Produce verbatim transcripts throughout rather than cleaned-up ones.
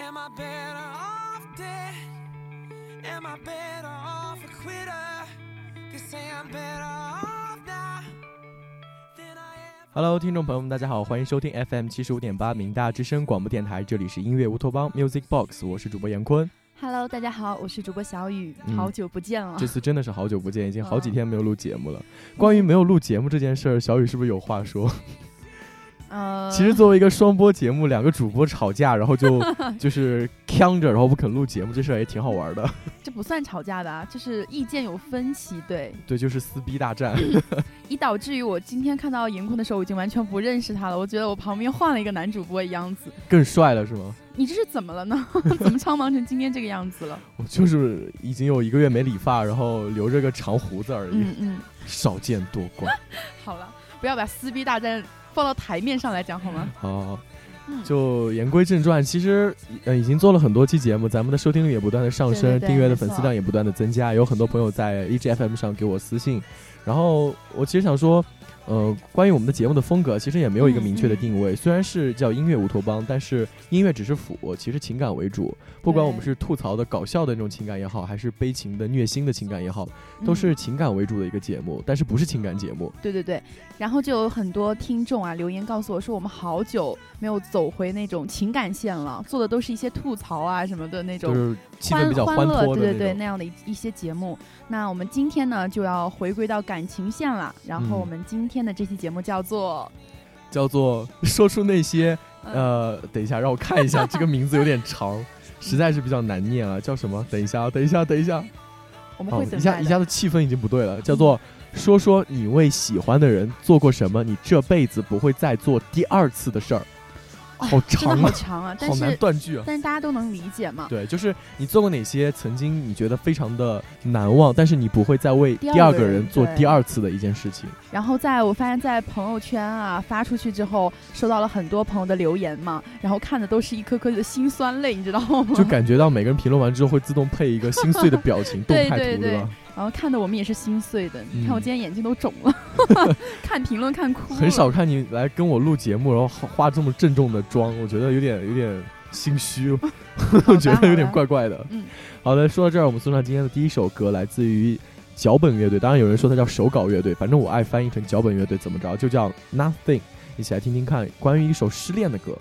Am I better off dead? Am I better off a quitter? They say I'm better off now than I am. Hello， 听众朋友们，大家好，欢迎收听 F M 七十五点八明大之声广播电台，这里是音乐乌托邦 Music Box， 我是主播严坤。 Hello， 大家好，我是主播小雨，嗯、好久不见了。 这次真的是好久不见，已经好几天没有录节目了。嗯、关于没有录节目这件事儿，小雨是不是有话说？ 呃， 其实作为一个双播节目，两个主播吵架，然后就就是呛着，然后不肯录节目，这事儿也挺好玩的。 这不算吵架的啊，就是意见有分歧，对对，就是撕逼大战。 以导致于我今天看到严坤的时候，我已经完全不认识他了。我觉得我旁边换了一个男主播的样子， 更帅了是吗？ 你这是怎么了呢？怎么苍茫成今天这个样子了？ 我就是已经有一个月没理发，然后留着个长胡子而已。 嗯嗯， 少见多怪。 好了，不要把撕逼大战放到台面上来讲好吗？ 好，就言归正传，其实呃已经做了很多期节目，咱们的收听率也不断的上升，订阅的粉丝量也不断的增加，有很多朋友在 E G F M 上给我私信，然后我其实想说呃，关于我们的节目的风格其实也没有一个明确的定位、嗯、虽然是叫音乐乌托邦，但是音乐只是辅，其实情感为主，不管我们是吐槽的搞笑的那种情感也好，还是悲情的虐心的情感也好，都是情感为主的一个节目、嗯、但是不是情感节目。 对对对，然后就有很多听众啊留言告诉我说，我们好久没有走回那种情感线了，做的都是一些吐槽啊什么的那种， 就是气氛比较欢脱的， 对对对，那样的 一, 一些节目。那我们今天呢就要回归到感情线了，然后我们今天的这期节目叫做、嗯、 叫做说出那些呃，等一下让我看一下这个名字有点长实在是比较难念啊，叫什么？等一下等一下等一下我们会等、哦、 一下一下的气氛已经不对了，叫做说说你为喜欢的人做过什么你这辈子不会再做第二次的事儿。好长啊， 真的好长啊，但是好难断句啊， 但是大家都能理解嘛。 对，就是你做过哪些曾经你觉得非常的难忘，但是你不会再为第二个人做第二次的一件事情。 然后在我发现在朋友圈啊发出去之后，收到了很多朋友的留言嘛，然后看的都是一颗颗的辛酸泪，你知道吗？ 就感觉到每个人评论完之后会自动配一个心碎的表情动态图， 对对对， 对吧？ 然后看的我们也是心碎的，你、嗯、看我今天眼睛都肿了，看评论看哭了。 很少看你来跟我录节目，然后化这么郑重的妆，我觉得有点有点心虚，我觉得有点怪怪的。 嗯， 好的，说到这儿，我们送上今天的第一首歌，来自于脚本乐队。当然有人说它叫手稿乐队，反正我爱翻译成脚本乐队，怎么着就叫 Nothing。一起来听听看关于一首失恋的歌。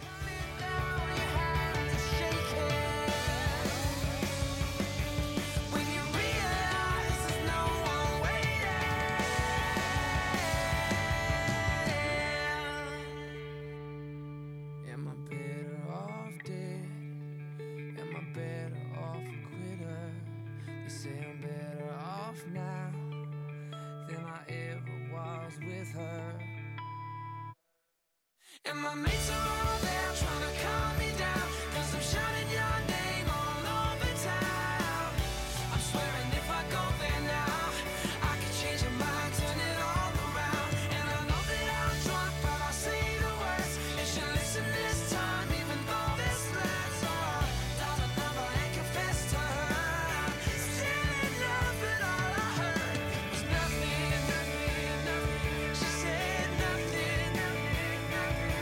And my mates are all there trying to calm me down, cause I'm shouting your name all over town. I'm swearing if I go there now, I could change your mind, turn it all around. And I know that I'm drunk, but I'll say the words. You should listen this time, even though this letter dial a number and confess to her. Still in love, but all I heard was nothing, nothing, nothing. She said nothing, nothing, nothing.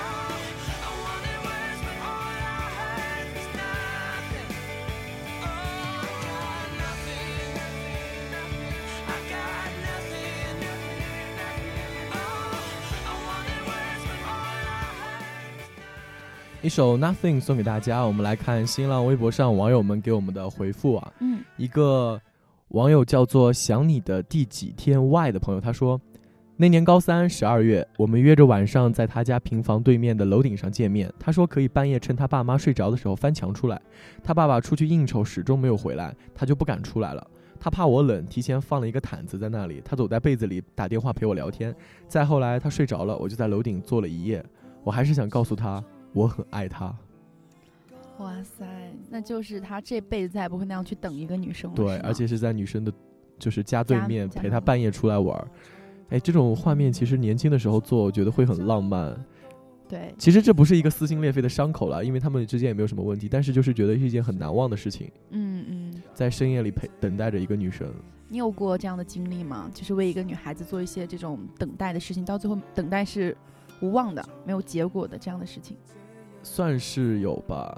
I wanted words, but all I heard was nothing. Oh, I got nothing, nothing, nothing. I got nothing, nothing, nothing. Oh, I wanted words, but all I heard was nothing. 一首 Nothing 送给大家，我们来看新浪微博上网友们给我们的回复啊。 嗯， 一个网友叫做想你的第几天 Y 的朋友，他说。那年高三十二月，我们约着晚上在他家平房对面的楼顶上见面。他说可以半夜趁他爸妈睡着的时候翻墙出来。他爸爸出去应酬始终没有回来，他就不敢出来了。他怕我冷，提前放了一个毯子在那里。他躲在被子里打电话陪我聊天。再后来他睡着了，我就在楼顶坐了一夜。我还是想告诉他，我很爱他。 哇塞，那就是他这辈子再也不会那样去等一个女生了。 对，而且是在女生的就是家对面陪他半夜出来玩。哎，这种画面其实年轻的时候做，我觉得会很浪漫。 对， 其实这不是一个撕心裂肺的伤口了，因为他们之间也没有什么问题，但是就是觉得是一件很难忘的事情。 嗯嗯， 在深夜里陪等待着一个女生。 你有过这样的经历吗？就是为一个女孩子做一些这种等待的事情，到最后等待是无望的，没有结果的这样的事情？ 算是有吧。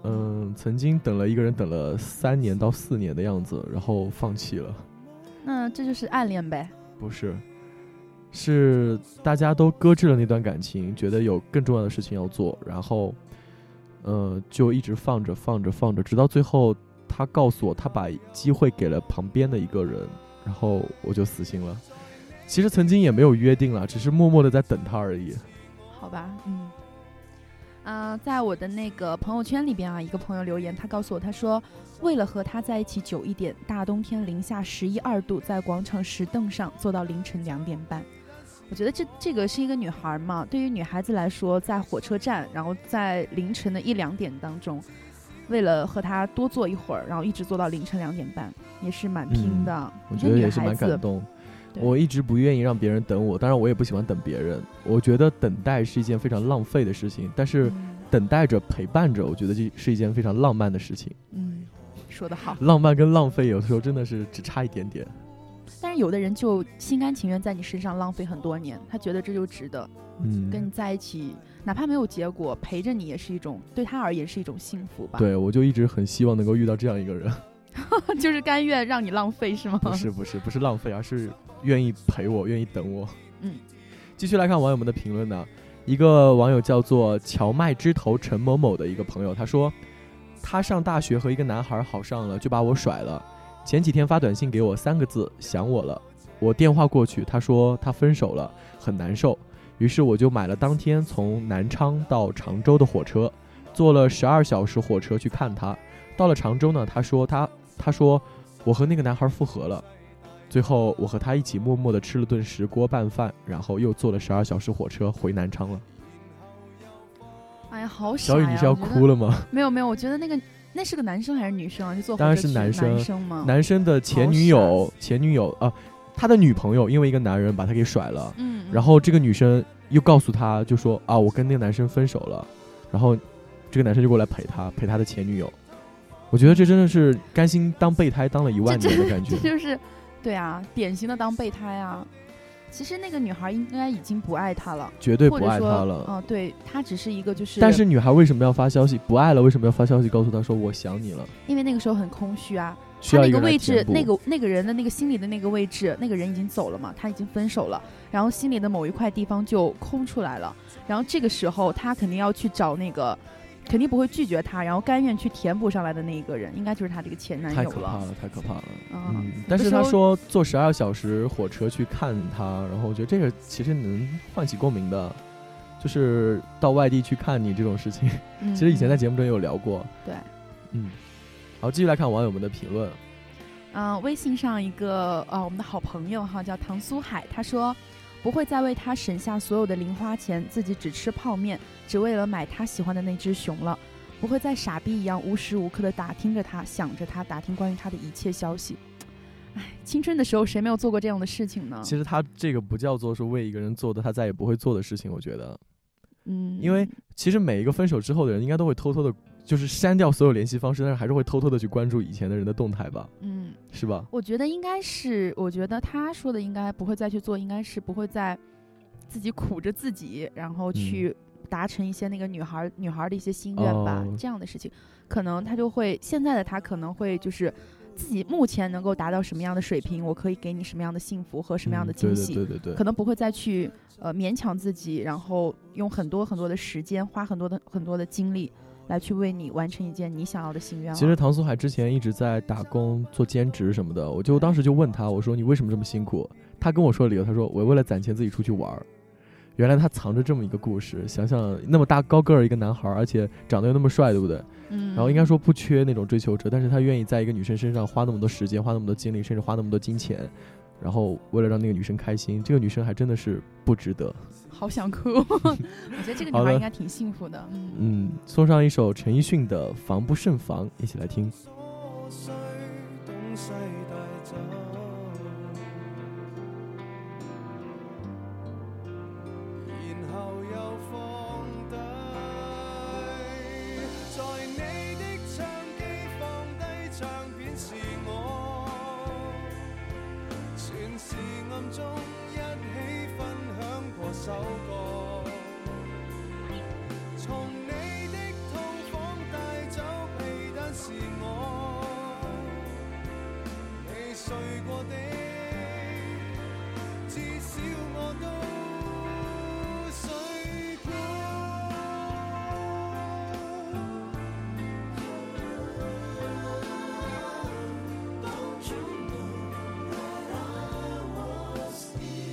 嗯，曾经等了一个人等了三年到四年的样子，然后放弃了。 那这就是暗恋呗？ 不是，是大家都搁置了那段感情，觉得有更重要的事情要做，然后呃，就一直放着放着放着，直到最后他告诉我他把机会给了旁边的一个人，然后我就死心了。其实曾经也没有约定了，只是默默的在等他而已。 好吧，嗯，啊、呃，在我的那个朋友圈里边啊，一个朋友留言，他告诉我，他说为了和他在一起久一点，大冬天零下十一二度，在广场石凳上坐到凌晨两点半。我觉得这这个是一个女孩嘛，对于女孩子来说，在火车站，然后在凌晨的一两点当中，为了和他多坐一会儿，然后一直坐到凌晨两点半，也是蛮拼的。 嗯、我觉得也是蛮感动。我一直不愿意让别人等我，当然我也不喜欢等别人。我觉得等待是一件非常浪费的事情，但是等待着陪伴着，我觉得这是一件非常浪漫的事情。 嗯，说得好。 浪漫跟浪费有的时候真的是只差一点点。 但是有的人就心甘情愿在你身上浪费很多年，他觉得这就值得。 嗯， 跟你在一起，哪怕没有结果，陪着你也是一种，对他而言是一种幸福吧。 对，我就一直很希望能够遇到这样一个人。 就是甘愿让你浪费是吗？ 不是不是不是浪费，而是愿意陪我，愿意等我。 嗯， 继续来看网友们的评论呢。一个网友叫做荞麦枝头陈某某的一个朋友，他说他上大学和一个男孩好上了，就把我甩了。前几天发短信给我三个字，想我了。我电话过去，他说他分手了，很难受。于是我就买了当天从南昌到常州的火车，坐了十二小时火车去看他。到了常州呢，他说他他说我和那个男孩复合了。最后我和他一起默默地吃了顿石锅拌饭，然后又坐了十二小时火车回南昌了。 哎呀，好傻呀！ 小雨，你是要哭了吗？ 没有没有，我觉得那个那是个男生还是女生啊？就坐火车当然是男生， 男生吗？ 男生的前女友，前女友啊，他的女朋友因为一个男人把他给甩了， 嗯， 然后这个女生又告诉他，就说啊，我跟那个男生分手了，然后这个男生就过来陪他，陪他的前女友。我觉得这真的是甘心当备胎当了一万年的感觉。 这就是，对啊，典型的当备胎啊。其实那个女孩应该已经不爱他了， 绝对不爱他了。 嗯、呃，对，他只是一个就是。 但是女孩为什么要发消息？不爱了，为什么要发消息告诉他说我想你了？ 因为那个时候很空虚啊， 需要一个他那个位置，那个那个人的那个心里的那个位置，那个人已经走了嘛，他已经分手了，然后心里的某一块地方就空出来了，然后这个时候他肯定要去找那个。肯定不会拒绝他，然后甘愿去填补上来的那一个人，应该就是他这个前男友了。 太可怕了，太可怕了。 嗯， 嗯但是他说坐十二小时火车去看他，然后我觉得这个其实能唤起共鸣的，就是到外地去看你这种事情。嗯、其实以前在节目中也有聊过。 对， 嗯。好，继续来看网友们的评论。 嗯、呃，微信上一个呃我们的好朋友哈叫唐苏海，他说。不会再为他省下所有的零花钱，自己只吃泡面，只为了买他喜欢的那只熊了。不会再傻逼一样无时无刻的打听着他，想着他，打听关于他的一切消息。哎，青春的时候谁没有做过这样的事情呢？ 其实他这个不叫做是为一个人做的他再也不会做的事情，我觉得。嗯，因为其实每一个分手之后的人应该都会偷偷的就是删掉所有联系方式，但是还是会偷偷的去关注以前的人的动态吧。嗯，是吧？ 我觉得应该是，我觉得他说的应该不会再去做，应该是不会再自己苦着自己，然后去达成一些那个女孩、嗯、女孩的一些心愿吧、哦。这样的事情，可能他就会现在的他可能会就是自己目前能够达到什么样的水平，我可以给你什么样的幸福和什么样的惊喜。 嗯、对对对对对， 可能不会再去呃勉强自己，然后用很多很多的时间，花很多的很多的精力。来去为你完成一件你想要的心愿。 其实唐苏海之前一直在打工做兼职什么的，我就当时就问他，我说你为什么这么辛苦？他跟我说理由，他说我为了攒钱自己出去玩。原来他藏着这么一个故事，想想那么大高个儿一个男孩，而且长得又那么帅，对不对？嗯。然后应该说不缺那种追求者，但是他愿意在一个女生身上花那么多时间，花那么多精力，甚至花那么多金钱，然后为了让那个女生开心，这个女生还真的是不值得。 好想哭，我觉得这个女孩应该挺幸福的。嗯, 嗯，送上一首陈奕迅的《防不胜防》，一起来听。 首歌從你的套房帶走睡過的，至少我都睡過。Don't you know that I was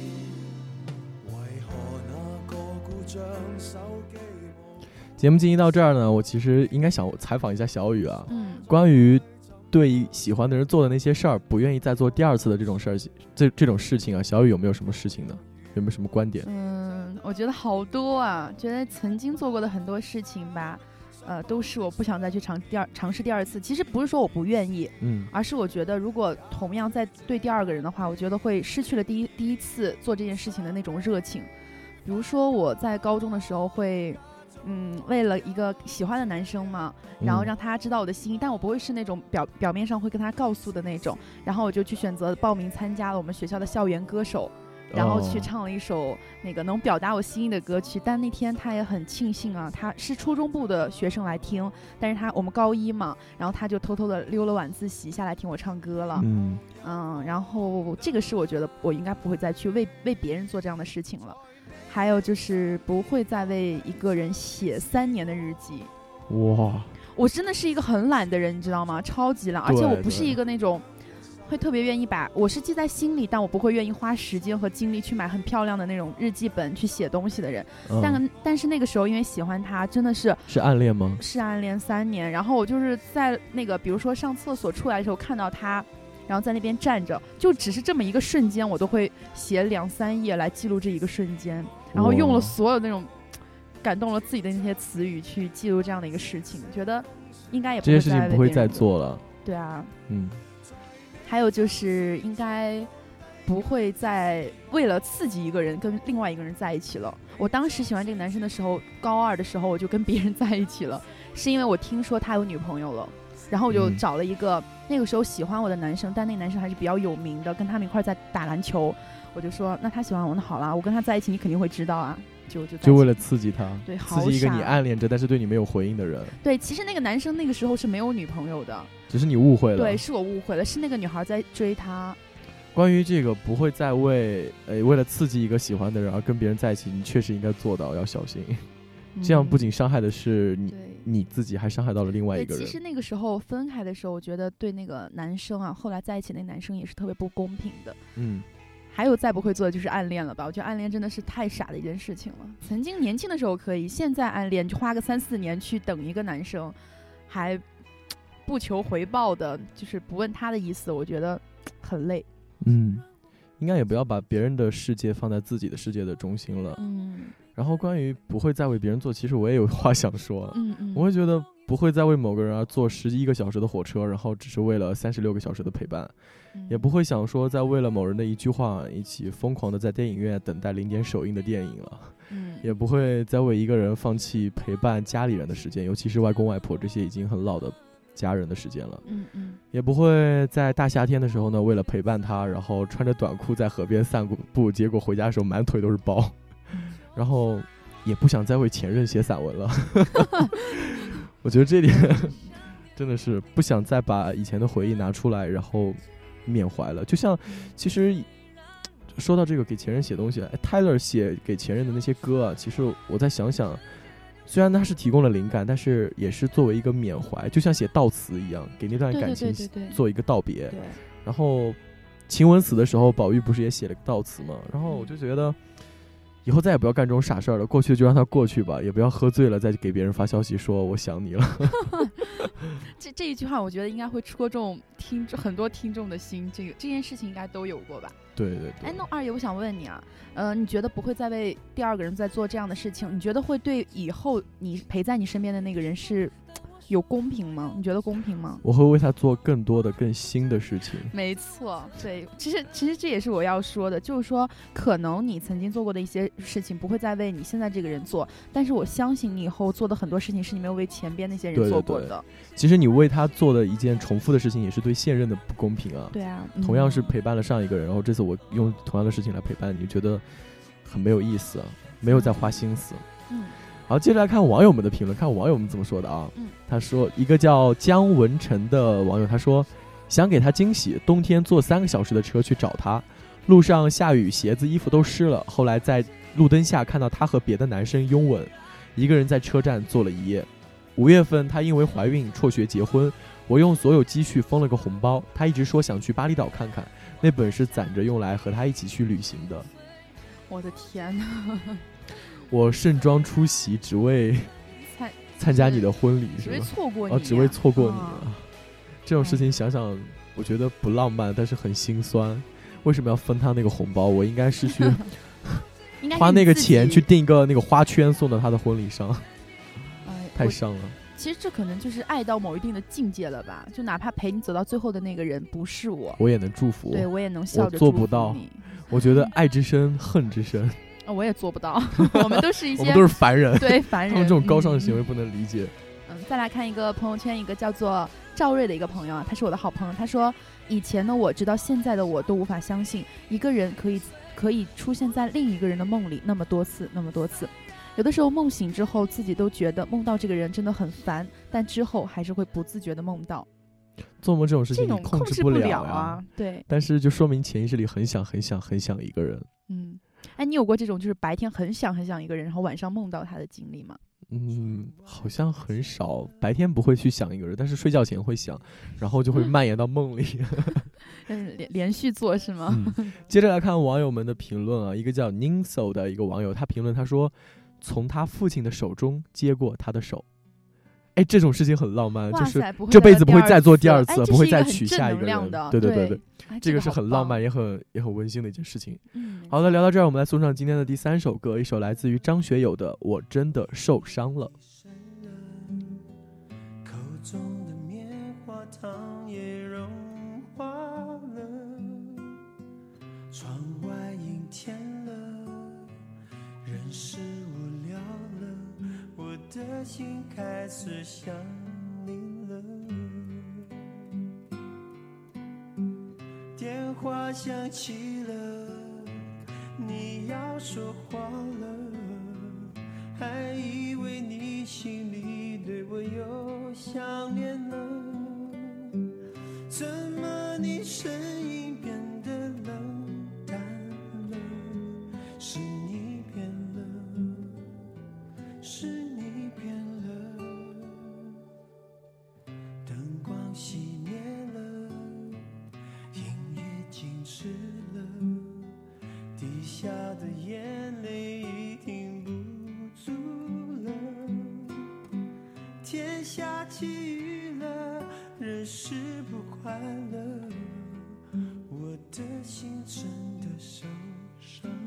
here？ 為何那個故障手機？ 节目进行到这儿呢，我其实应该想采访一下小雨啊， 嗯， 关于对喜欢的人做的那些事儿，不愿意再做第二次的这种事儿，这这种事情啊，小雨有没有什么事情呢？有没有什么观点？ 嗯，我觉得好多啊，觉得曾经做过的很多事情吧，呃，都是我不想再去尝第二尝试第二次。其实不是说我不愿意， 嗯， 而是我觉得如果同样再对第二个人的话，我觉得会失去了第一第一次做这件事情的那种热情。比如说我在高中的时候会。嗯，为了一个喜欢的男生嘛，然后让他知道我的心意，嗯、但我不会是那种表表面上会跟他告诉的那种，然后我就去选择报名参加了我们学校的校园歌手，然后去唱了一首那个能表达我心意的歌曲。但那天他也很庆幸啊，他是初中部的学生来听，但是他我们高一嘛，然后他就偷偷的溜了晚自习下来听我唱歌了。嗯嗯，然后这个是我觉得我应该不会再去为为别人做这样的事情了。还有就是不会再为一个人写三年的日记。 哇， 我真的是一个很懒的人，你知道吗？超级懒，而且我不是一个那种会特别愿意把我是记在心里，但我不会愿意花时间和精力去买很漂亮的那种日记本去写东西的人。嗯、但但是那个时候因为喜欢他，真的是是暗恋吗？ 是暗恋三年。然后我就是在那个比如说上厕所出来的时候看到他，然后在那边站着，就只是这么一个瞬间，我都会写两三页来记录这一个瞬间。然后用了所有那种感动了自己的那些词语去记录这样的一个事情，觉得应该也不会这些事情不会再做了。 对啊， 嗯。 还有就是应该不会再为了刺激一个人跟另外一个人在一起了。我当时喜欢这个男生的时候，高二的时候我就跟别人在一起了，是因为我听说他有女朋友了，然后我就找了一个、嗯、那个时候喜欢我的男生，但那个男生还是比较有名的，跟他们一块在打篮球。我就说那他喜欢我，那好啦，我跟他在一起你肯定会知道啊，就就就为了刺激他， 对， 刺激一个你暗恋着但是对你没有回应的人。 对，其实那个男生那个时候是没有女朋友的， 只是你误会了。 对，是我误会了，是那个女孩在追他。 关于这个不会再为呃为了刺激一个喜欢的人而跟别人在一起，你确实应该做到，要小心。嗯、这样不仅伤害的是你你自己，还伤害到了另外一个人。 其实那个时候分开的时候，我觉得对那个男生啊，后来在一起那个男生也是特别不公平的。嗯。还有再不会做的就是暗恋了吧？我觉得暗恋真的是太傻的一件事情了。曾经年轻的时候可以，现在暗恋就花个三四年去等一个男生，还不求回报的，就是不问他的意思，我觉得很累。 嗯，应该也不要把别人的世界放在自己的世界的中心了。嗯。然后关于不会再为别人做，其实我也有话想说。嗯嗯。我会觉得不会再为某个人而坐十一个小时的火车，然后只是为了三十六个小时的陪伴。也不会想说再为了某人的一句话一起疯狂的在电影院等待零点首映的电影了。嗯，也不会再为一个人放弃陪伴家里人的时间，尤其是外公外婆这些已经很老的家人的时间了。嗯嗯，也不会在大夏天的时候呢，为了陪伴他，然后穿着短裤在河边散步，结果回家的时候满腿都是包。然后也不想再为前任写散文了。我觉得这点真的是不想再把以前的回忆拿出来，然后缅怀了。就像其实说到这个给前任写东西，哎 Tyler 写给前任的那些歌啊，其实我再想想，虽然他是提供了灵感，但是也是作为一个缅怀，就像写悼词一样，给那段感情做一个道别。对对对对对，然后晴雯死的时候，宝玉不是也写了个悼词吗？然后我就觉得以后再也不要干这种傻事儿了，过去就让它过去吧，也不要喝醉了再给别人发消息说我想你了。 这这一句话我觉得应该会戳中听众很多听众的心，这个这件事情应该都有过吧。 对对对。 哎，那二爷我想问你啊，呃，你觉得不会再为第二个人在做这样的事情，你觉得会对以后你陪在你身边的那个人是有公平吗？你觉得公平吗？ 我会为他做更多的更新的事情。 没错，对，其实其实这也是我要说的，就是说可能你曾经做过的一些事情不会再为你现在这个人做，但是我相信你以后做的很多事情是你没有为前边那些人做过的。对对对， 其实你为他做的一件重复的事情也是对现任的不公平啊。 对啊、 嗯、同样是陪伴了上一个人，然后这次我用同样的事情来陪伴你，觉得很没有意思，没有在花心思。嗯，好，接着来看网友们的评论，看网友们怎么说的啊。嗯，他说一个叫姜文成的网友，他说想给他惊喜，冬天坐三个小时的车去找他，路上下雨，鞋子衣服都湿了。后来在路灯下看到他和别的男生拥吻，一个人在车站坐了一夜。五月份他因为怀孕辍学结婚，我用所有积蓄封了个红包，他一直说想去巴厘岛看看，那本是攒着用来和他一起去旅行的。 我的天哪！ 我盛装出席，只为参参加你的婚礼， 只为错过你、 啊哦，只为错过你、 啊啊。这种事情想想，我觉得不浪漫，但是很心酸。为什么要分他那个红包？我应该是去花那个钱去订一个那个花圈送到他的婚礼上。 哎， 太伤了。 其实这可能就是爱到某一定的境界了吧？就哪怕陪你走到最后的那个人不是我， 我也能祝福。 对，我也能笑着祝福你。我做不到。我觉得爱之深，恨之深。 哦，我也做不到。我们都是一些， 我们都是凡人。 对，凡人。 他们这种高尚的行为不能理解。 嗯，再来看一个朋友圈，一个叫做赵瑞的一个朋友啊，他是我的好朋友。他说，以前的我直到现在的我都无法相信一个人可以可以出现在另一个人的梦里那么多次，那么多次。有的时候梦醒之后，自己都觉得梦到这个人真的很烦，但之后还是会不自觉的梦到。 做梦这种事情你控制不了啊，对。 但是就说明潜意识里很想很想很想一个人。 嗯，哎，你有过这种就是白天很想很想一个人，然后晚上梦到他的经历吗？ 嗯，好像很少。白天不会去想一个人，但是睡觉前会想，然后就会蔓延到梦里。 嗯，连连续做是吗？ 嗯。接着来看网友们的评论啊，一个叫 Ninso 的一个网友，他评论他说，从他父亲的手中接过他的手。哎，这种事情很浪漫，就是这辈子不会再做第二次， 哎、 不会再娶下一个人。对对对对， 哎、 这个是很浪漫也很也很温馨的一件事情。 嗯， 好的，聊到这儿，我们来送上今天的第三首歌，一首来自于张学友的《我真的受伤了》。 口中的棉花糖也融化了，窗外阴天了，人是无聊了，我的心开始想你了。电话响起了，你要说话了，还以为你心里对我有想念了，怎么你声音变得冷淡了？是你变了，是你变了，灯光熄灭了，音乐静止了，滴下的眼泪已停不住了，天下起雨了，人是不快乐，我的心真的受伤了。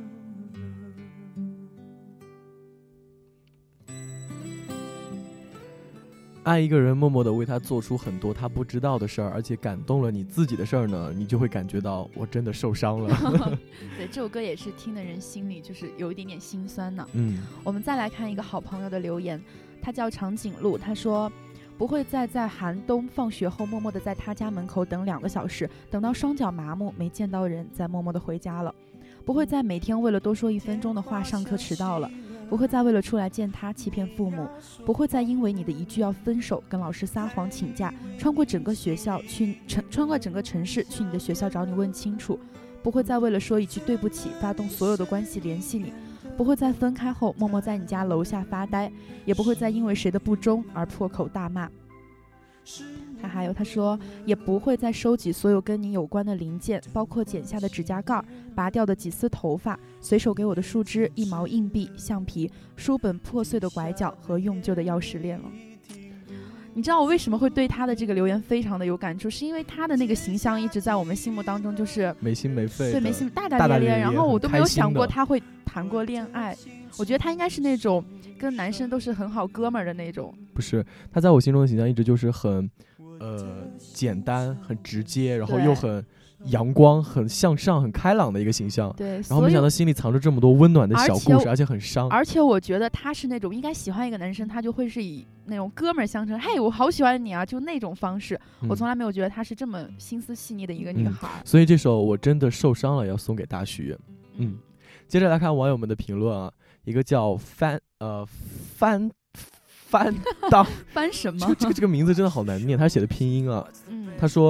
爱一个人，默默地为他做出很多他不知道的事儿，而且感动了你自己的事儿呢，你就会感觉到我真的受伤了。 对，这首歌也是听的人心里就是有一点点心酸呢。 嗯， 我们再来看一个好朋友的留言，他叫长颈鹿，他说不会再在寒冬放学后默默地在他家门口等两个小时，等到双脚麻木没见到人再默默地回家了，不会再每天为了多说一分钟的话上课迟到了，不会再为了出来见他欺骗父母，不会再因为你的一句要分手跟老师撒谎请假，穿过整个学校去穿过整个城市去你的学校找你问清楚，不会再为了说一句对不起发动所有的关系联系你，不会在分开后默默在你家楼下发呆，也不会再因为谁的不忠而破口大骂。他还有他说也不会再收集所有跟你有关的零件，包括剪下的指甲盖、拔掉的几丝头发、随手给我的树枝、一毛硬币、橡皮、书本破碎的拐角和用旧的钥匙链了。你知道我为什么会对他的这个留言非常的有感触，是因为他的那个形象一直在我们心目当中就是没心没肺， 对，没心大大大咧咧， 咧咧， 然后我都没有想过他会谈过恋爱。我觉得他应该是那种跟男生都是很好哥们儿的那种。 不是，他在我心中的形象一直就是很呃简单很直接，然后又很阳光很向上很开朗的一个形象。 对， 然后没想到心里藏着这么多温暖的小故事，而且很伤。 而且我觉得他是那种应该喜欢一个男生，他就会是以那种哥们儿相称，嘿我好喜欢你啊，就那种方式、嗯、我从来没有觉得他是这么心思细腻的一个女孩、 嗯、所以这首我真的受伤了要送给大徐。嗯，接着来看网友们的评论啊，一个叫翻呃翻翻当翻什么？ 这个这个这个名字真的好难念，他写的拼音啊。 嗯， 他说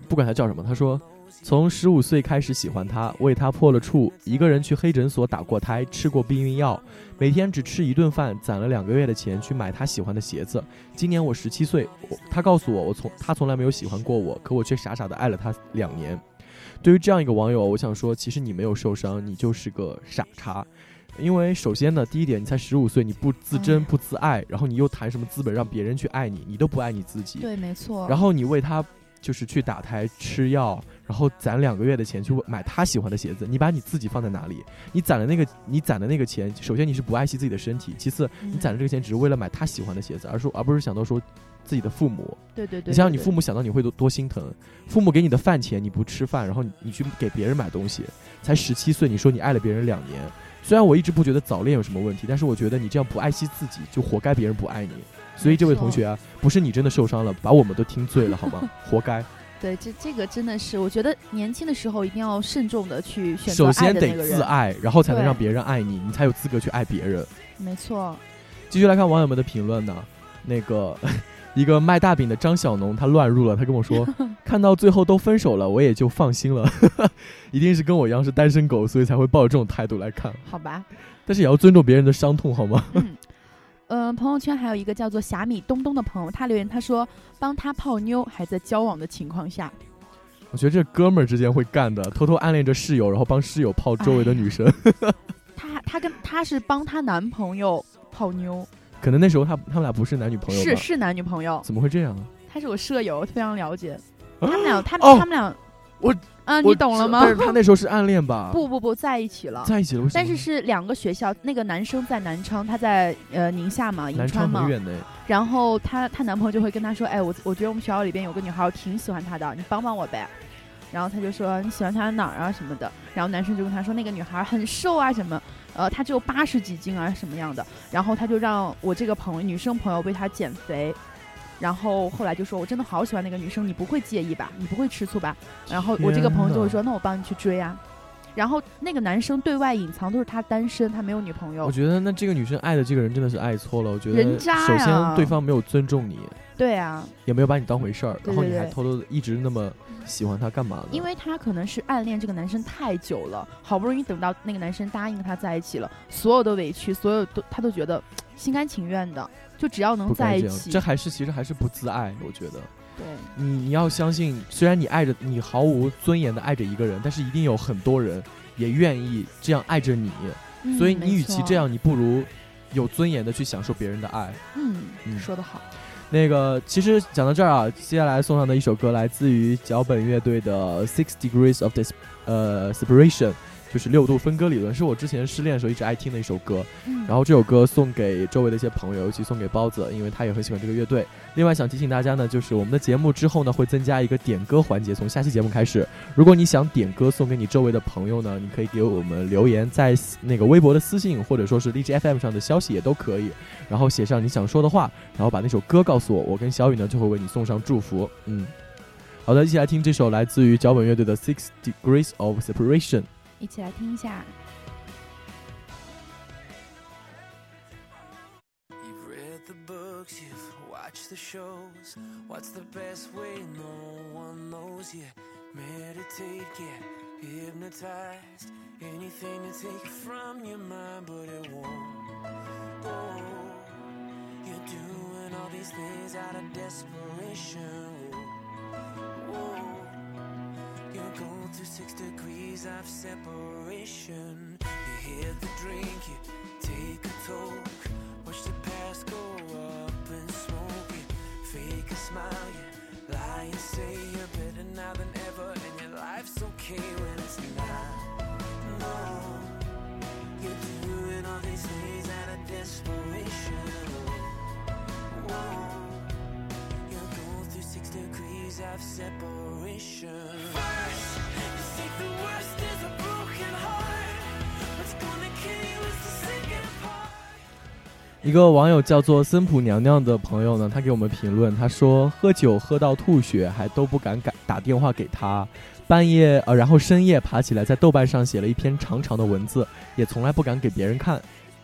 不管他叫什么，他说从十五岁开始喜欢他，为他破了处，一个人去黑诊所打过胎，吃过避孕药，每天只吃一顿饭，攒了两个月的钱去买他喜欢的鞋子。今年我十七岁，他告诉我，我从他从来没有喜欢过我，可我却傻傻的爱了他两年。对于这样一个网友，我想说，其实你没有受伤，你就是个傻叉。因为首先呢，第一点，你才十五岁，你不自珍不自爱，然后你又谈什么资本让别人去爱你，你都不爱你自己。 对，没错。 然后你为他就是去打胎吃药，然后攒两个月的钱去买他喜欢的鞋子，你把你自己放在哪里？你攒了那个你攒的那个钱，首先你是不爱惜自己的身体，其次你攒的这个钱只是为了买他喜欢的鞋子，而说而不是想到说自己的父母。 对对 对, 对, 对， 你想想你父母想到你会多多心疼，父母给你的饭钱你不吃饭，然后 你, 你去给别人买东西，才十七岁，你说你爱了别人两年。虽然我一直不觉得早恋有什么问题，但是我觉得你这样不爱惜自己，就活该别人不爱你。所以这位同学啊，不是你真的受伤了，把我们都听醉了好吗？活该。 对，这这个真的是，我觉得年轻的时候一定要慎重的去选择爱的那个人。 首先得自爱，然后才能让别人爱你，你才有资格去爱别人。 没错。 继续来看网友们的评论呢，那个一个卖大饼的张小农他乱入了，他跟我说看到最后都分手了，我也就放心了。一定是跟我一样是单身狗，所以才会抱着这种态度来看。 好吧， 但是也要尊重别人的伤痛好吗？ 嗯呃，朋友圈还有一个叫做霞米东东的朋友，他留言他说帮他泡妞还在交往的情况下。 我觉得这哥们儿之间会干的，偷偷暗恋着室友，然后帮室友泡周围的女生。 哎、他他跟他是帮他男朋友泡妞， 可能那时候他他们俩不是男女朋友吧？ 是是男女朋友。 怎么会这样啊？ 他是我舍友，非常了解。他们俩，他们、 哦、 他们俩， 我啊，你懂了吗？ 但是他那时候是暗恋吧？ 不不不，在一起了， 在一起了。 但是是两个学校，那个男生在南昌，他在呃宁夏嘛，银川嘛。 南昌很远的。 然后他他男朋友就会跟他说，哎，我我觉得我们学校里边有个女孩，我挺喜欢她的，你帮帮我呗。然后他就说你喜欢她哪儿啊什么的。然后男生就跟他说那个女孩很瘦啊什么，呃，她只有八十几斤啊什么样的。然后他就让我这个朋友女生朋友为她减肥。然后后来就说我真的好喜欢那个女生，你不会介意吧？你不会吃醋吧？然后我这个朋友就会说那我帮你去追啊。然后那个男生对外隐藏都是他单身，他没有女朋友。 我觉得那这个女生爱的这个人真的是爱错了。我觉得人渣呀， 首先对方没有尊重你， 对啊， 也没有把你当回事儿， 对对对， 然后你还偷偷的一直那么喜欢他干嘛呢？ 因为他可能是暗恋这个男生太久了，好不容易等到那个男生答应跟他在一起了，所有的委屈，所有都他都觉得心甘情愿的，就只要能在一起。 这, 这还是其实还是不自爱，我觉得。 对， 你你要相信，虽然你爱着你毫无尊严的爱着一个人，但是一定有很多人也愿意这样爱着你， 嗯、 所以你与其这样，你不如有尊严的去享受别人的爱。 嗯， 嗯说得好。 那个其实讲到这儿啊，接下来送上的一首歌来自于脚本乐队的 Six Degrees of Dis 呃 Separation， 就是六度分割理论，是我之前失恋的时候一直爱听的一首歌。 嗯、 然后这首歌送给周围的一些朋友，尤其送给包子，因为他也很喜欢这个乐队。另外想提醒大家呢，就是我们的节目之后呢会增加一个点歌环节，从下期节目开始，如果你想点歌送给你周围的朋友呢，你可以给我们留言，在那个微博的私信或者说是荔枝 F M 上的消息也都可以，然后写上你想说的话，然后把那首歌告诉我，我跟小雨呢就会为你送上祝福。嗯，好的，一起来听这首来自于脚本乐队的 Six Degrees of Separation， 一起来听一下。 Watch the shows, what's the best way? No one knows yet. Meditate, get hypnotized. Anything to take from your mind, but it won't. Oh, you're doing all these things out of desperation. Oh, you're going through six degrees of separation. You hit the drink, you take a toke. Watch the past go up and smoke it. Fake a smile, you lie and say you're better now than ever, and your life's okay when it's not. No, you're doing all these things out of desperation. Whoa, you're going through six degrees of separation. First, you think the worst is a broken heart. What's gonna kill you is the sinking part. 一个网友叫做森普娘娘的朋友呢，他给我们评论，他说喝酒喝到吐血还都不敢打电话给他，半夜呃，然后深夜爬起来在豆瓣上写了一篇长长的文字，也从来不敢给别人看。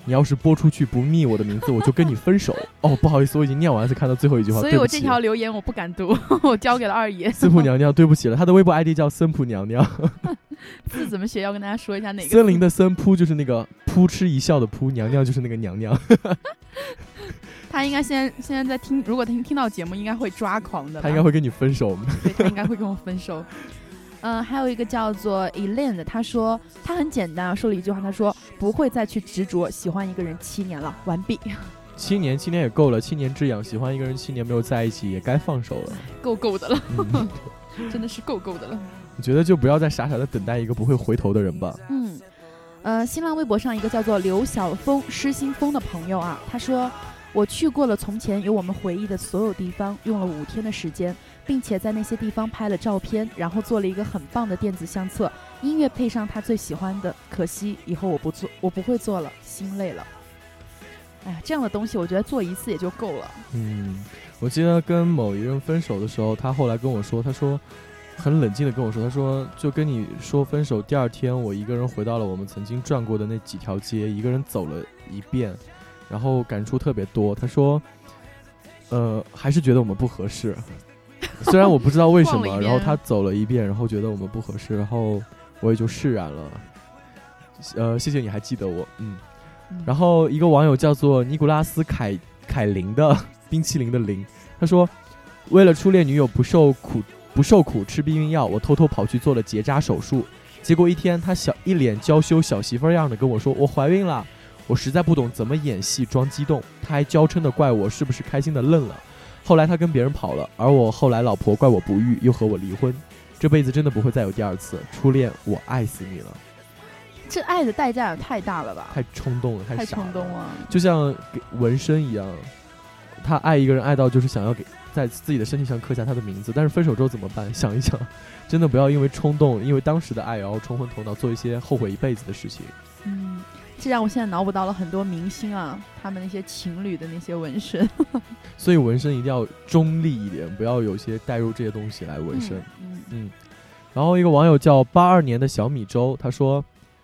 你要是播出去不密我的名字，我就跟你分手。哦，不好意思，我已经念完了，才看到最后一句话， 所以我这条留言我不敢读，我交给了二爷。 森普娘娘，对不起了，她的微博 I D 叫森普娘娘。 字怎么写？要跟大家说一下哪个？ 森林的森，扑就是那个扑哧一笑的扑，娘娘就是那个娘娘。 他应该现在现在在听，如果听听到节目，应该会抓狂的。 他应该会跟你分手。 对，他应该会跟我分手。嗯、呃，还有一个叫做 Elaine 的，他说他很简单，说了一句话，他说不会再去执着喜欢一个人七年了，完毕。 七年，七年也够了，七年之痒，喜欢一个人七年没有在一起，也该放手了， 够够的了， 嗯、 真的是够够的了。 我觉得就不要再傻傻的等待一个不会回头的人吧。 嗯，呃，新浪微博上一个叫做刘晓峰失心疯的朋友啊，他说我去过了从前有我们回忆的所有地方，用了五天的时间，并且在那些地方拍了照片，然后做了一个很棒的电子相册，音乐配上他最喜欢的，可惜以后我不做，我不会做了，心累了。哎呀，这样的东西我觉得做一次也就够了。 嗯，我记得跟某一人分手的时候，他后来跟我说，他说很冷静的跟我说，他说就跟你说分手第二天，我一个人回到了我们曾经转过的那几条街，一个人走了一遍，然后感触特别多。他说呃还是觉得我们不合适，虽然我不知道为什么，然后他走了一遍，然后觉得我们不合适，然后我也就释然了。呃谢谢你还记得我。嗯，然后一个网友叫做尼古拉斯凯凯林的冰淇淋的林，他说为了初恋女友不受苦不受苦吃避孕药，我偷偷跑去做了结扎手术，结果一天他小一脸娇羞小媳妇样的跟我说我怀孕了，我实在不懂怎么演戏装激动，他还娇嗔的怪我是不是开心的愣了。后来他跟别人跑了，而我后来老婆怪我不育，又和我离婚，这辈子真的不会再有第二次，初恋我爱死你了。 这爱的代价也太大了吧， 太冲动了，太傻了， 太冲动了， 就像纹身一样，他爱一个人爱到就是想要给在自己的身体上刻下他的名字，但是分手之后怎么办？想一想，真的不要因为冲动，因为当时的爱然后冲昏头脑，做一些后悔一辈子的事情。 嗯，这让我现在脑补到了很多明星啊，他们那些情侣的那些纹身。 所以纹身一定要中立一点，不要有些带入这些东西来纹身。 嗯 嗯, 嗯然后一个网友叫八二年的小米粥，他说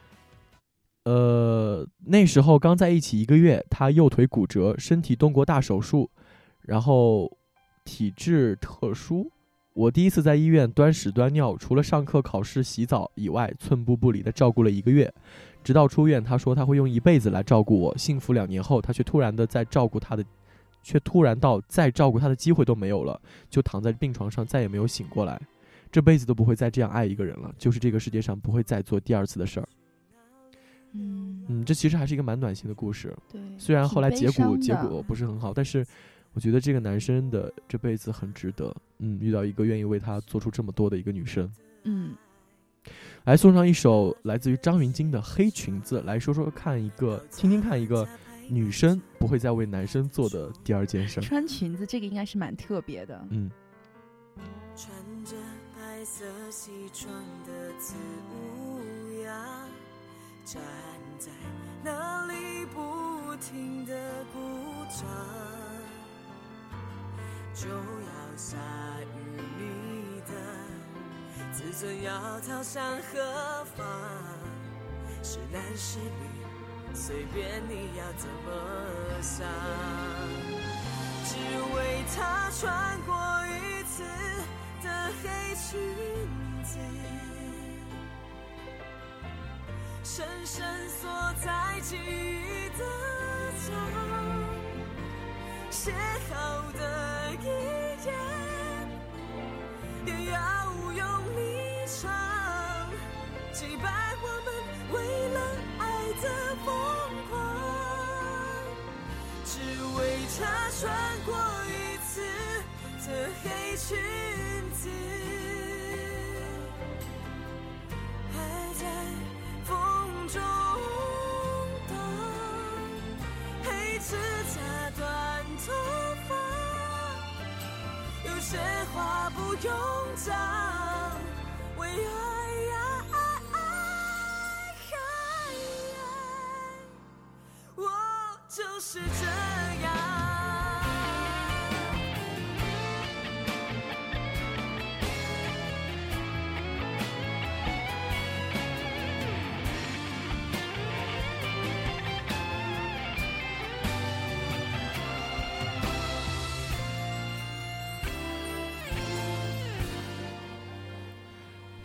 呃，那时候刚在一起一个月，他右腿骨折，身体动过大手术，然后体质特殊。我第一次在医院端屎端尿，除了上课、考试、洗澡以外，寸步不离地照顾了一个月。直到出院，他说他会用一辈子来照顾我。幸福两年后，他却突然的在照顾他的，却突然到再照顾他的机会都没有了，就躺在病床上，再也没有醒过来。这辈子都不会再这样爱一个人了，就是这个世界上不会再做第二次的事儿。 嗯嗯，这其实还是一个蛮暖心的故事。 对， 虽然后来结果结果果不是很好，但是我觉得这个男生的这辈子很值得。嗯，遇到一个愿意为他做出这么多的一个女生。 嗯， 来送上一首来自于张芸京的《黑裙子》，来说说看一个，听听看一个女生不会再为男生做的第二件事。 穿裙子这个应该是蛮特别的。 嗯。 穿着白色西装的子乌鸦，站在那里不停地鼓掌，就要下雨，你的自尊要逃向何方？是男是女，随便你要怎么想，只为他穿过一次的黑裙子，深深锁在记忆的墙，写好的一页也要用力唱，击败我们为了爱的疯狂，只为他穿过一次的黑裙子，还在风中荡，黑指甲短头发，有些话不用讲，为爱呀爱爱爱，我就是这样。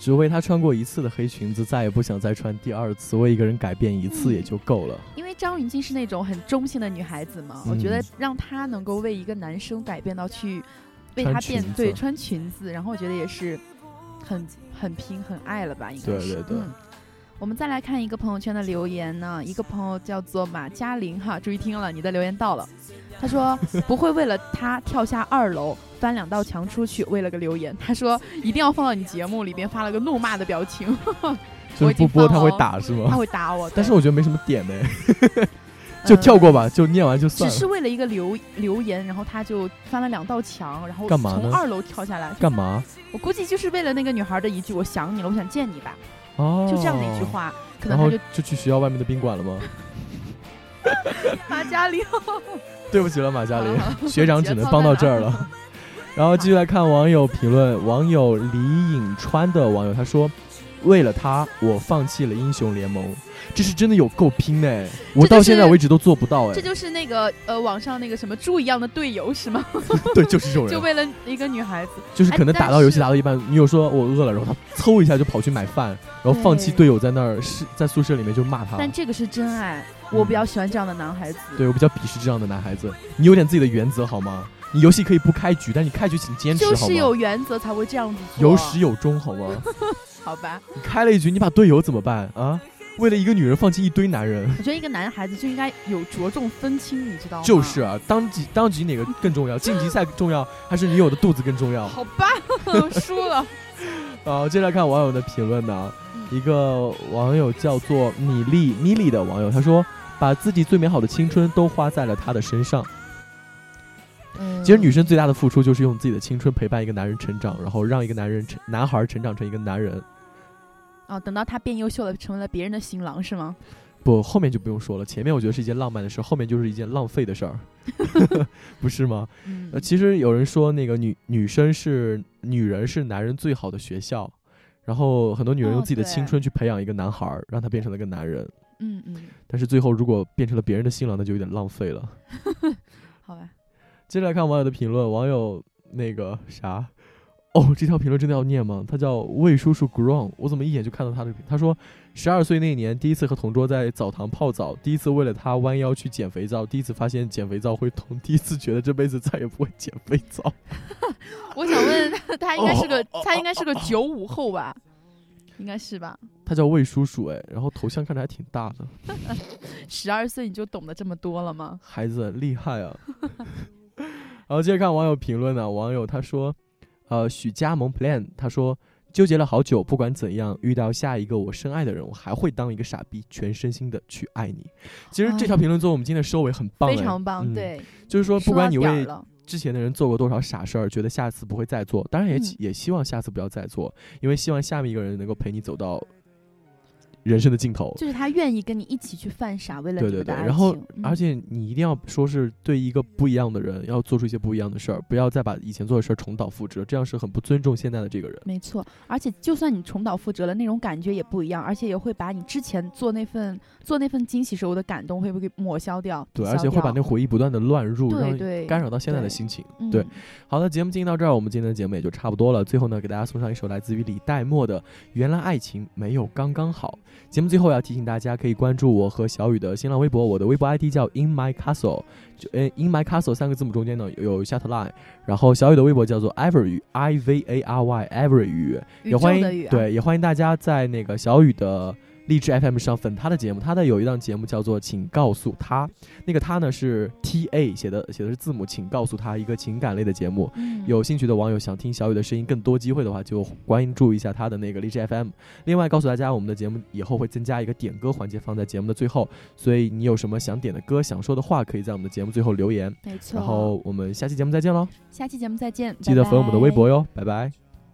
只为他穿过一次的黑裙子，再也不想再穿第二次，为一个人改变一次也就够了。 因为张芸京是那种很中性的女孩子嘛， 嗯、 我觉得让她能够为一个男生改变到去为他变对穿裙子，然后我觉得也是很很拼很爱了吧，应该是。 对对对。 嗯，我们再来看一个朋友圈的留言呢，一个朋友叫做马嘉玲哈，注意听了，你的留言到了。他说不会为了他跳下二楼翻两道墙出去，为了个留言。他说一定要放到你节目里边，发了个怒骂的表情。 就是不播他会打是吗？ 他会打我， 但是我觉得没什么点呢。就跳过吧、嗯，就念完就算了。 只是为了一个留留言，然后他就翻了两道墙，然后从二楼跳下来。 干嘛？ 我估计就是为了那个女孩的一句“我想你了，我想见你吧”。 哦， 就这样的一句话，可能他就就去学校外面的宾馆了吗？ 马嘉玲， 对不起了，马嘉玲，学长只能帮到这儿了。然后继续来看网友评论，网友李颖川的网友他说：“为了他，我放弃了英雄联盟。”这是真的有够拼哎！我到现在为止都做不到哎。 这就是那个呃网上那个什么猪一样的队友是吗？ 对，就是这种人。 就为了一个女孩子， 就是可能打到游戏打到一半，女友说我饿了，然后他嗖一下就跑去买饭，然后放弃队友在那儿是在宿舍里面就骂他。 但这个是真爱，我比较喜欢这样的男孩子。 嗯、对我比较鄙视这样的男孩子。你有点自己的原则好吗？你游戏可以不开局，但你开局请坚持好吗？ 就是有原则才会这样子做。 有始有终好吗？ 好吧。 你开了一局，你把队友怎么办啊？为了一个女人放弃一堆男人， 我觉得一个男孩子就应该有着重分清，你知道吗？ 就是啊，当级当级哪个更重要？晋级赛重要，还是女友的肚子更重要？ 好吧，输了。 好，接下来看网友的评论呢。一个网友叫做米粒米粒的网友，他说：“把自己最美好的青春都花在了他的身上。”嗯，其实女生最大的付出就是用自己的青春陪伴一个男人成长，然后让一个男人男孩成长成一个男人。 哦，等到他变优秀了，成为了别人的新郎是吗？ 不，后面就不用说了。前面我觉得是一件浪漫的事，后面就是一件浪费的事儿，不是吗？ 嗯、 呃，其实有人说那个女女生是女人是男人最好的学校，然后很多女人用自己的青春去培养一个男孩、哦，让他变成了一个男人。 嗯嗯。 但是最后如果变成了别人的新郎，那就有点浪费了。 好吧。 接着来看网友的评论，网友那个啥。哦，这条评论真的要念吗？他叫魏叔叔 grown， 我怎么一眼就看到他的？他说，十二岁那年，第一次和同桌在澡堂泡澡，第一次为了他弯腰去捡肥皂，第一次发现捡肥皂会痛，第一次觉得这辈子再也不会捡肥皂。 我想问他，他应该是个、哦、他应该是个九五后吧？应该是吧？ 他叫魏叔叔哎，然后头像看着还挺大的。 十二岁你就懂得这么多了吗？ 孩子厉害啊！然后接着看网友评论呢，网友他说。呃，许加盟 plan 他说纠结了好久，不管怎样，遇到下一个我深爱的人，我还会当一个傻逼，全身心的去爱你。其实这条评论做我们今天的收尾很棒、欸， 非常棒、 嗯， 对， 就是说不管你为之前的人做过多少傻事儿，觉得下次不会再做，当然也、嗯、也希望下次不要再做，因为希望下面一个人能够陪你走到人生的尽头， 就是他愿意跟你一起去犯傻，为了你们的爱情。对对对， 然后、 嗯、 而且你一定要说是对一个不一样的人要做出一些不一样的事儿，不要再把以前做的事儿重蹈覆辙，这样是很不尊重现在的这个人。 没错，而且就算你重蹈覆辙了，那种感觉也不一样，而且也会把你之前做那份做那份惊喜时候的感动会不会抹消掉？ 对，而且会把那回忆不断的乱入， 对对， 让干扰到现在的心情。 对， 对嗯、 好的，节目进行到这儿，我们今天的节目也就差不多了。最后呢，给大家送上一首来自于李代沫的《原来爱情没有刚刚好》。节目最后要提醒大家，可以关注我和小雨的新浪微博，我的微博 I D 叫 In My Castle， 就 In My Castle 三个字母中间呢有 shut line， 然后小雨的微博叫做 Ivory I V A R Y Ivory 语，也欢迎、 啊、 对，也欢迎大家在那个小雨的励志 F M 上粉他的节目，他的有一档节目叫做请告诉他，那个他呢是 T A 写的写的是字母，请告诉他，一个情感类的节目、嗯、有兴趣的网友想听小雨的声音更多机会的话，就关注一下他的那个励志 F M。 另外告诉大家，我们的节目以后会增加一个点歌环节放在节目的最后，所以你有什么想点的歌想说的话，可以在我们的节目最后留言。 没错， 然后我们下期节目再见咯， 下期节目再见， 记得粉我们的微博哟，拜拜。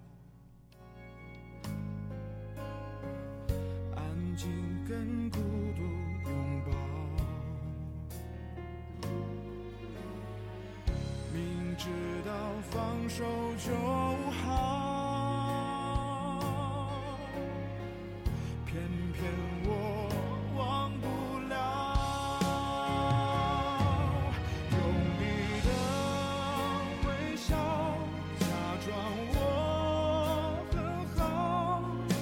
手就好，偏偏我忘不了，用你的微笑假装我很好，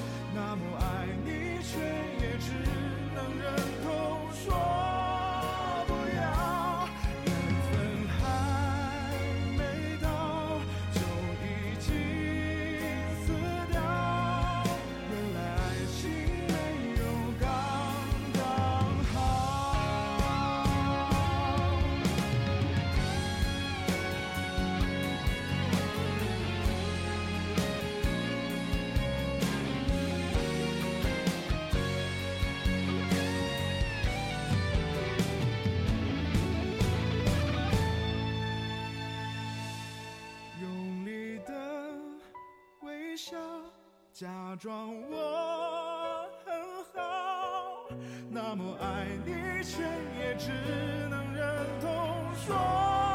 假装我很好，那么爱你，却也只能忍痛说